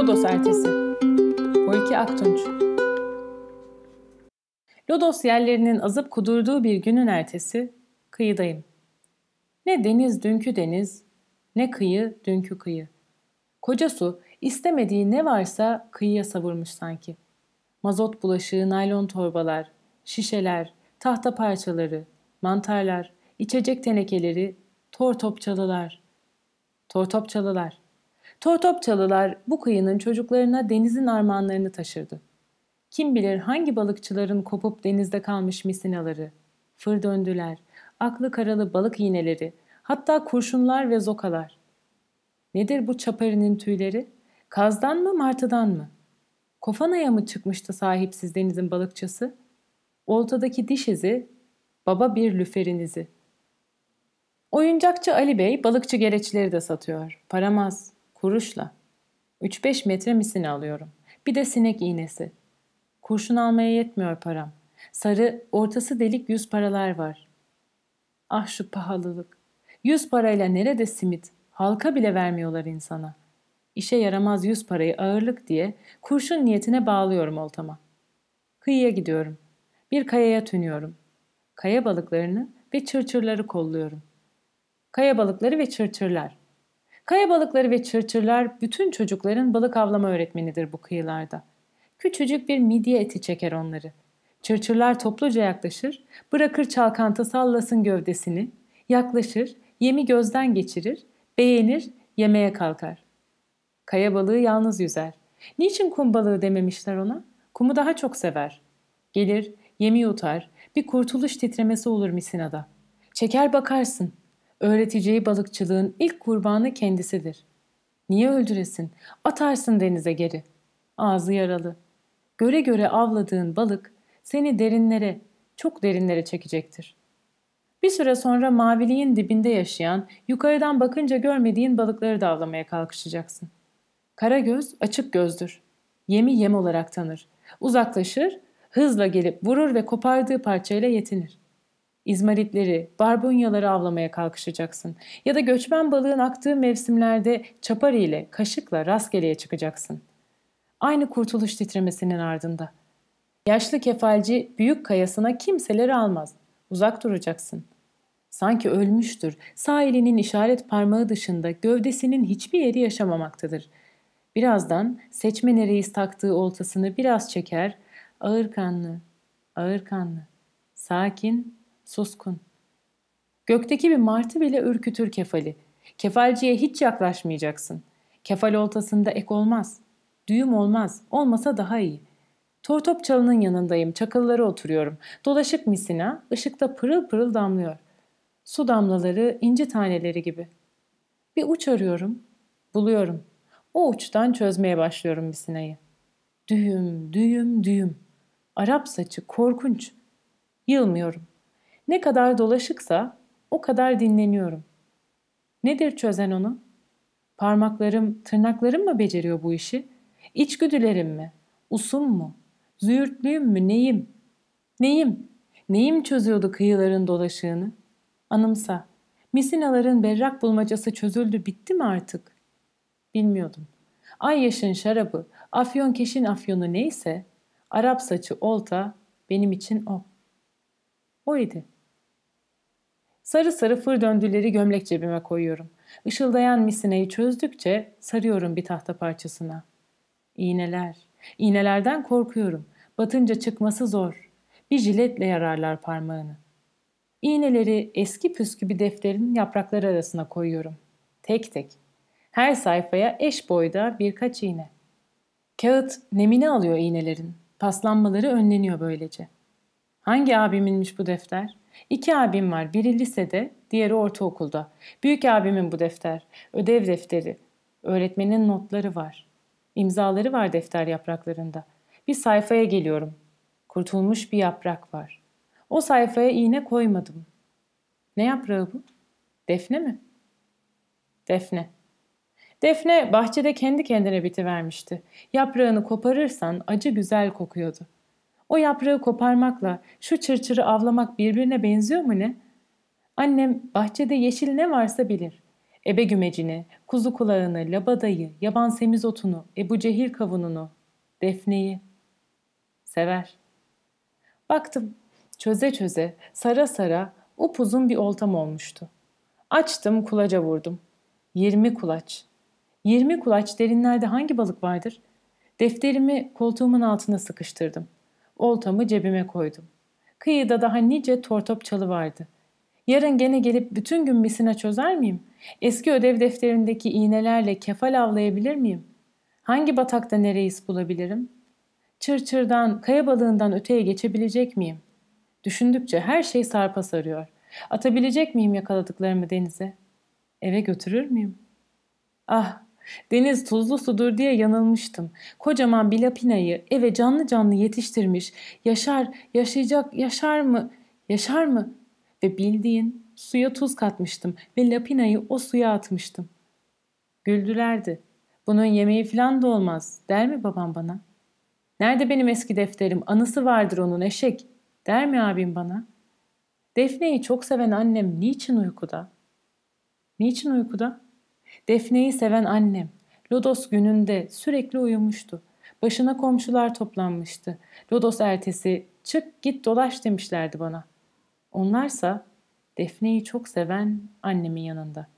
Lodos ertesi. Hulki Aktunç. Lodos yerlerinin azıp kudurduğu bir günün ertesi, kıyıdayım. Ne deniz dünkü deniz, ne kıyı dünkü kıyı. Koca su istemediği ne varsa kıyıya savurmuş sanki. Mazot bulaşığı, naylon torbalar, şişeler, tahta parçaları, mantarlar, içecek tenekeleri, tortopçalılar. Tortopçalılar. Tortopçalılar bu kıyının çocuklarına denizin armağanlarını taşırdı. Kim bilir hangi balıkçıların kopup denizde kalmış misinaları, fır döndüler, aklı karalı balık iğneleri, hatta kurşunlar ve zokalar. Nedir bu çaparının tüyleri? Kazdan mı, martıdan mı? Kofanaya mı çıkmıştı sahipsiz denizin balıkçısı? Oltadaki diş izi, baba bir lüferin izi. Oyuncakçı Ali Bey balıkçı gereçleri de satıyor. Param az, kuruşla. 3-5 metre misina alıyorum. Bir de sinek iğnesi. Kurşun almaya yetmiyor param. Sarı, ortası delik 100 paralar var. Ah şu pahalılık. 100 parayla nerede simit? Halka bile vermiyorlar insana. İşe yaramaz 100 parayı ağırlık diye kurşun niyetine bağlıyorum oltama. Kıyıya gidiyorum. Bir kayaya tünüyorum. Kaya balıklarını ve çırçırları kolluyorum. Kaya balıkları ve çırçırlar. Kaya balıkları ve çırçırlar bütün çocukların balık avlama öğretmenidir bu kıyılarda. Küçücük bir midye eti çeker onları. Çırçırlar topluca yaklaşır, bırakır çalkantı sallasın gövdesini, yaklaşır, yemi gözden geçirir, beğenir, yemeye kalkar. Kaya balığı yalnız yüzer. Niçin kum balığı dememişler ona? Kumu daha çok sever. Gelir, yemi yutar, bir kurtuluş titremesi olur misinada. Çeker bakarsın. Öğreteceği balıkçılığın ilk kurbanı kendisidir. Niye öldüresin? Atarsın denize geri. Ağzı yaralı. Göre göre avladığın balık seni derinlere, çok derinlere çekecektir. Bir süre sonra maviliğin dibinde yaşayan, yukarıdan bakınca görmediğin balıkları da avlamaya kalkışacaksın. Karagöz açık gözdür. Yemi yem olarak tanır. Uzaklaşır, hızla gelip vurur ve kopardığı parçayla yetinir. İzmaritleri, barbunyaları avlamaya kalkışacaksın. Ya da göçmen balığın aktığı mevsimlerde çapar ile, kaşıkla rastgeleye çıkacaksın. Aynı kurtuluş titremesinin ardında. Yaşlı kefalci büyük kayasına kimseleri almaz. Uzak duracaksın. Sanki ölmüştür. Sağ elinin işaret parmağı dışında gövdesinin hiçbir yeri yaşamamaktadır. Birazdan seçmene reis taktığı oltasını biraz çeker, ağır kanlı, ağır kanlı, sakin, suskun. Gökteki bir martı bile ürkütür kefali. Kefalciye hiç yaklaşmayacaksın. Kefal oltasında ek olmaz. Düğüm olmaz. Olmasa daha iyi. Tortopçalının yanındayım. Çakıllara oturuyorum. Dolaşık misina ışıkta pırıl pırıl damlıyor. Su damlaları inci taneleri gibi. Bir uç arıyorum. Buluyorum. O uçtan çözmeye başlıyorum misinayı. Düğüm, düğüm, düğüm. Arap saçı korkunç. Yılmıyorum. Ne kadar dolaşıksa o kadar dinleniyorum. Nedir çözen onu? Parmaklarım, tırnaklarım mı beceriyor bu işi? İçgüdülerim mi? Usum mu? Züğürtlüğüm mü? Neyim? Neyim? Neyim çözüyordu kıyıların dolaşığını? Anımsa. Misinaların berrak bulmacası çözüldü, bitti mi artık? Bilmiyordum. Ayyaş'ın şarabı, Afyonkeş'in afyonu neyse, Arap saçı olta benim için o. Oydu. Sarı sarı fır döndüleri gömlek cebime koyuyorum. Işıldayan misinayı çözdükçe sarıyorum bir tahta parçasına. İğneler. İğnelerden korkuyorum. Batınca çıkması zor. Bir jiletle yararlar parmağını. İğneleri eski püskü bir defterin yaprakları arasına koyuyorum. Tek tek. Her sayfaya eş boyda birkaç iğne. Kağıt nemini alıyor iğnelerin. Paslanmaları önleniyor böylece. Hangi abiminmiş bu defter? 2 abim var. Biri lisede, diğeri ortaokulda. Büyük abimin bu defter. Ödev defteri. Öğretmenin notları var. İmzaları var defter yapraklarında. Bir sayfaya geliyorum. Kurtulmuş bir yaprak var. O sayfaya iğne koymadım. Ne yaprağı bu? Defne mi? Defne. Defne bahçede kendi kendine bitivermişti. Yaprağını koparırsan acı güzel kokuyordu. O yaprağı koparmakla şu çırçırı avlamak birbirine benziyor mu ne? Annem bahçede yeşil ne varsa bilir. Ebe gümecini, kuzu kulağını, labadayı, yaban semizotunu, Ebu Cehil kavununu, Defne'yi sever. Baktım, çöze çöze, sara sara upuzun bir oltam olmuştu. Açtım, kulaca vurdum. 20 kulaç. 20 kulaç derinlerde hangi balık vardır? Defterimi koltuğumun altına sıkıştırdım. Oltamı cebime koydum. Kıyıda daha nice tortop çalı vardı. Yarın gene gelip bütün gün misina çözer miyim? Eski ödev defterindeki iğnelerle kefal avlayabilir miyim? Hangi batakta ne reis bulabilirim? Çırçırdan, kaya balığından öteye geçebilecek miyim? Düşündükçe her şey sarpa sarıyor. Atabilecek miyim yakaladıklarımı denize? Eve götürür müyüm? Ah, deniz tuzlu sudur diye yanılmıştım. Kocaman bir lapinayı eve canlı canlı yetiştirmiş. Yaşar, yaşayacak, yaşar mı? Yaşar mı? Ve bildiğin suya tuz katmıştım ve lapinayı o suya atmıştım. Güldülerdi. Bunun yemeği falan da olmaz, der mi babam bana? Nerede benim eski defterim? Anısı vardır onun eşek, der mi abim bana? Defne'yi çok seven annem niçin uykuda? Niçin uykuda? Defne'yi seven annem, Lodos gününde sürekli uyumuştu. Başına komşular toplanmıştı. Lodos ertesi çık git dolaş demişlerdi bana. Onlarsa Defne'yi çok seven annemin yanında.